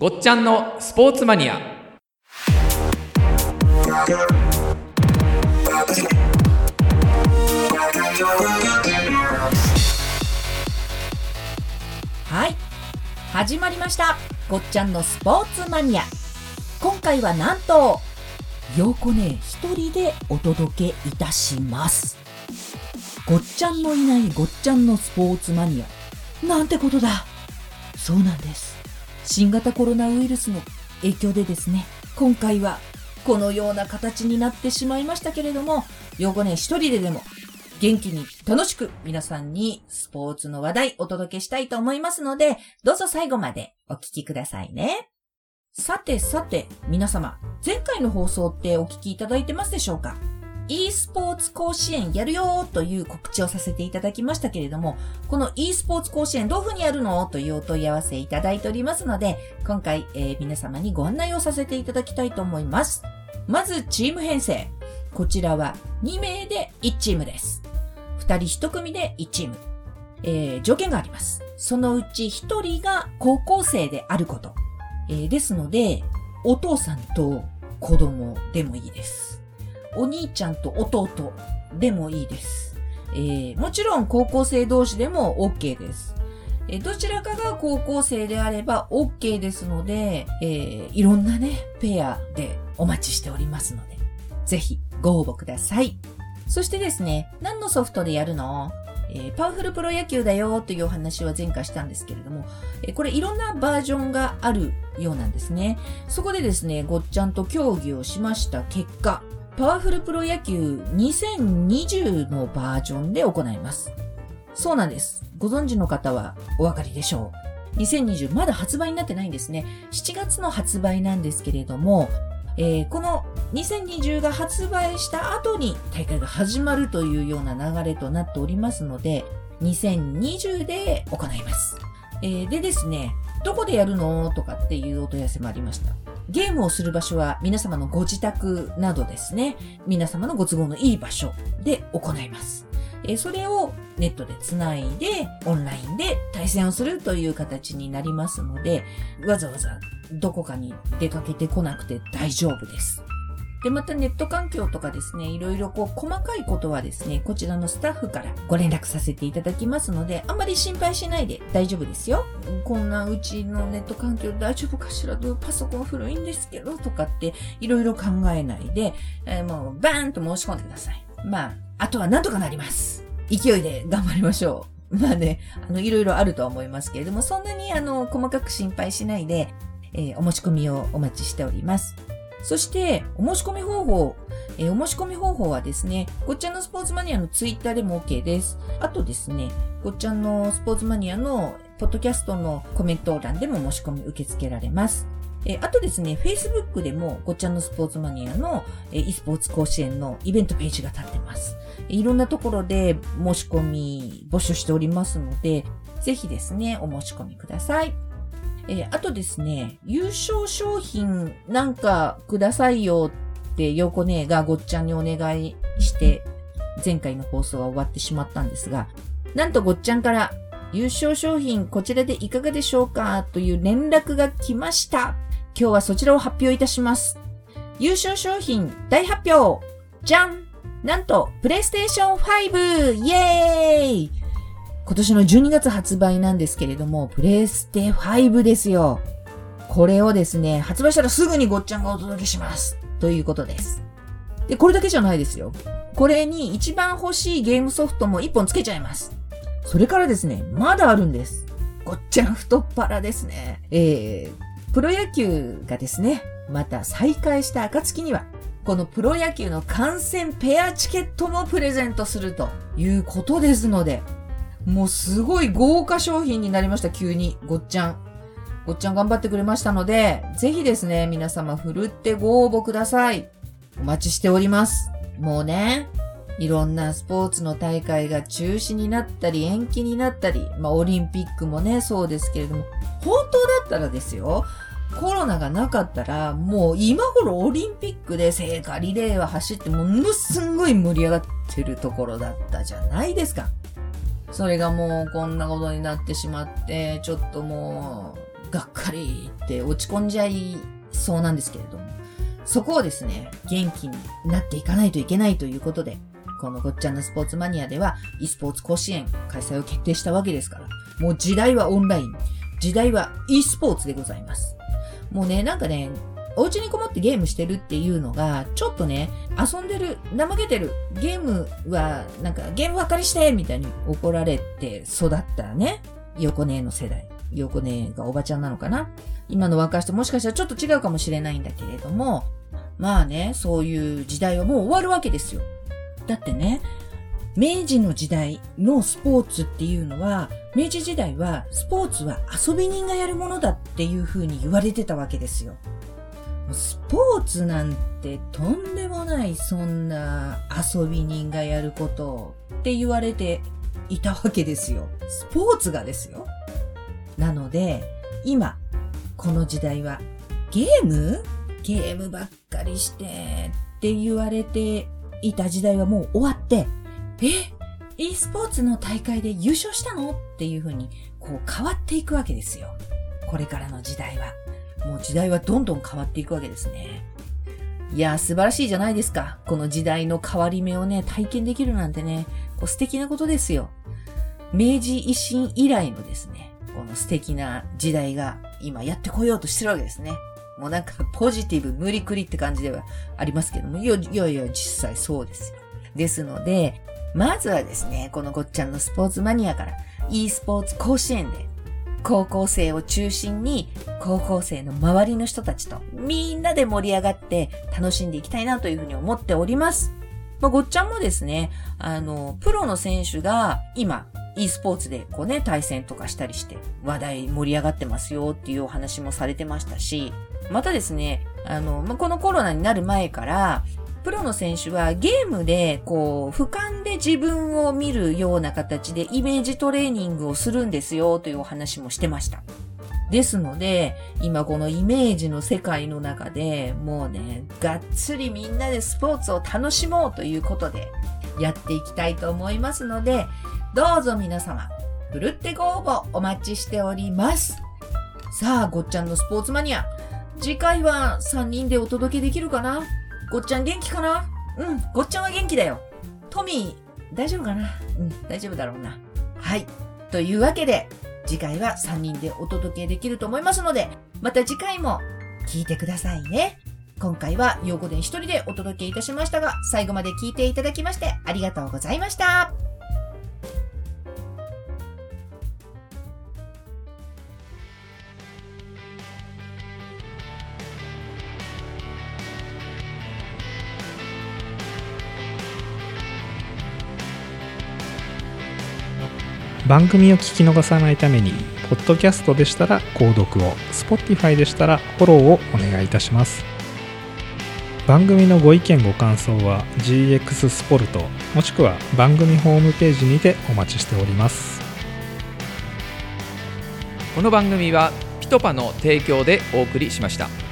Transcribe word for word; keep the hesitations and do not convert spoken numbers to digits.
ごっちゃんのスポーツマニア。 はい、始まりました。ごっちゃんのスポーツマニア。今回はなんとようこね一人でお届けいたします。ごっちゃんのいないごっちゃんのスポーツマニアなんてことだ。そうなんです。新型コロナウイルスの影響でですね、今回はこのような形になってしまいましたけれども、ようこね一人ででも元気に楽しく皆さんにスポーツの話題お届けしたいと思いますので、どうぞ最後までお聞きくださいね。さてさて皆様、前回の放送ってお聞きいただいてますでしょうか？ e スポーツ甲子園やるよという告知をさせていただきましたけれども、この e スポーツ甲子園どういうふうにやるのというお問い合わせいただいておりますので、今回、えー、皆様にご案内をさせていただきたいと思います。まずチーム編成。こちらはにめいでいちチームです。ふたりいち組でいちチーム。えー、条件があります。そのうちひとりが高校生であること。えー、ですので、お父さんと子供でもいいです。お兄ちゃんと弟でもいいです。えー、もちろん高校生同士でも OK です。えー、どちらかが高校生であれば OK ですので、えー、いろんなね、ペアでお待ちしておりますので、ぜひご応募ください。そしてですね、何のソフトでやるの？えー、パワフルプロ野球だよというお話は前回したんですけれども、えー、これいろんなバージョンがあるようなんですね。そこでですね、ごっちゃんと協議をしました結果、パワフルプロ野球にせんにじゅうのバージョンで行います。そうなんです。ご存知の方はお分かりでしょう。にせんにじゅうまだ発売になってないんですね。しちがつの発売なんですけれども、えー、このにせんにじゅうが発売した後に大会が始まるというような流れとなっておりますので、にせんにじゅうで行います。えー、でですね、どこでやるのとかっていうお問い合わせもありました。ゲームをする場所は皆様のご自宅などですね、皆様のご都合のいい場所で行います。えー、それをネットでつないでオンラインで対戦をするという形になりますので、わざわざどこかに出かけてこなくて大丈夫です。で、またネット環境とかですね、いろいろこう細かいことはですね、こちらのスタッフからご連絡させていただきますので、あんまり心配しないで大丈夫ですよ。こんなうちのネット環境大丈夫かしら、パソコン古いんですけどとかっていろいろ考えないで、えー、もうバーンと申し込んでください。まあ、あとはなんとかなります。勢いで頑張りましょう。まあね、あの、いろいろあるとは思いますけれども、そんなにあの、細かく心配しないで、えー、お申し込みをお待ちしております。そして、お申し込み方法、えー、お申し込み方法はですね、ごっちゃんのスポーツマニアのツイッターでも OK です。あとですね、ごっちゃんのスポーツマニアのポッドキャストのコメント欄でも申し込み受け付けられます。えー、あとですね、Facebook でもごっちゃんのスポーツマニアの、えー、e スポーツ甲子園のイベントページが立ってます。いろんなところで申し込み募集しておりますので、ぜひですね、お申し込みください。えー、あとですね、優勝商品なんかくださいよってようこねがごっちゃんにお願いして、前回の放送は終わってしまったんですが、なんとごっちゃんから優勝商品こちらでいかがでしょうかという連絡が来ました。今日はそちらを発表いたします。優勝商品大発表。じゃん！なんと、プレイステーションファイブ！ イエーイ！今年のじゅうにがつ発売なんですけれども、プレステファイブですよ。これをですね、発売したらすぐにごっちゃんがお届けします。ということです。で、これだけじゃないですよ。これに一番欲しいゲームソフトも一本つけちゃいます。それからですね、まだあるんです。ごっちゃん太っ腹ですね。えー、プロ野球がですね、また再開した暁には、このプロ野球の観戦ペアチケットもプレゼントするということですので、もうすごい豪華商品になりました、急に。ごっちゃん。ごっちゃん頑張ってくれましたので、ぜひですね、皆様ふるってご応募ください。お待ちしております。もうね、いろんなスポーツの大会が中止になったり延期になったり、まあオリンピックもね、そうですけれども、本当だったらですよ、コロナがなかったら、もう今頃オリンピックで聖火リレーは走ってものすんごい盛り上がってるところだったじゃないですか。それがもうこんなことになってしまって、ちょっともうがっかりって落ち込んじゃいそうなんですけれども、そこをですね、元気になっていかないといけないということで、このごっちゃんのスポーツマニアでは e スポーツ甲子園開催を決定したわけですから、もう時代はオンライン、時代は e スポーツでございます。もうね、なんかね、お家にこもってゲームしてるっていうのが、ちょっとね、遊んでる、怠けてる、ゲームは、なんかゲームばっかりしてみたいに怒られて育ったね、横姉の世代。横姉がおばちゃんなのかな？今の若い人もしかしたらちょっと違うかもしれないんだけれども、まあね、そういう時代はもう終わるわけですよ。だってね、明治の時代のスポーツっていうのは、明治時代はスポーツは遊び人がやるものだっていう風に言われてたわけですよ。スポーツなんてとんでもない、そんな遊び人がやることって言われていたわけですよ。スポーツがですよ。なので、今、この時代はゲーム？ゲームばっかりしてって言われていた時代はもう終わって、え ?e スポーツの大会で優勝したのっていう風にこう変わっていくわけですよ。これからの時代は。もう時代はどんどん変わっていくわけですね。いや、素晴らしいじゃないですか。この時代の変わり目をね、体験できるなんてね、こう素敵なことですよ。明治維新以来のですね、この素敵な時代が今やってこようとしてるわけですね。もうなんかポジティブ無理くりって感じではありますけども、いやいやいや、実際そうですよ。ですので、まずはですね、このごっちゃんのスポーツマニアから e スポーツ甲子園で高校生を中心に高校生の周りの人たちとみんなで盛り上がって楽しんでいきたいなというふうに思っております。まあ、ごっちゃんもですね、あの、プロの選手が今 e スポーツでこうね、対戦とかしたりして話題盛り上がってますよっていうお話もされてましたし、またですね、あの、まあ、このコロナになる前からプロの選手はゲームでこう俯瞰で自分を見るような形でイメージトレーニングをするんですよというお話もしてました。ですので、今このイメージの世界の中でもうね、がっつりみんなでスポーツを楽しもうということでやっていきたいと思いますので、どうぞ皆様、ふるってご応募お待ちしております。さあ、ごっちゃんのスポーツマニア、次回はさんにんでお届けできるかな？ごっちゃん元気かな？うん、ごっちゃんは元気だよ。トミー、大丈夫かな？うん、大丈夫だろうな。はい。というわけで、次回はさんにんでお届けできると思いますので、また次回も聞いてくださいね。今回はようこでん一人でお届けいたしましたが、最後まで聞いていただきましてありがとうございました。 番組を聞き逃さないために、ポッドキャストでしたら購読を、Spotify でしたらフォローをお願いいたします。番組のご意見ご感想は ジーエックス スポルトもしくは番組ホームページにてお待ちしております。 この番組はピトパの提供でお送りしました。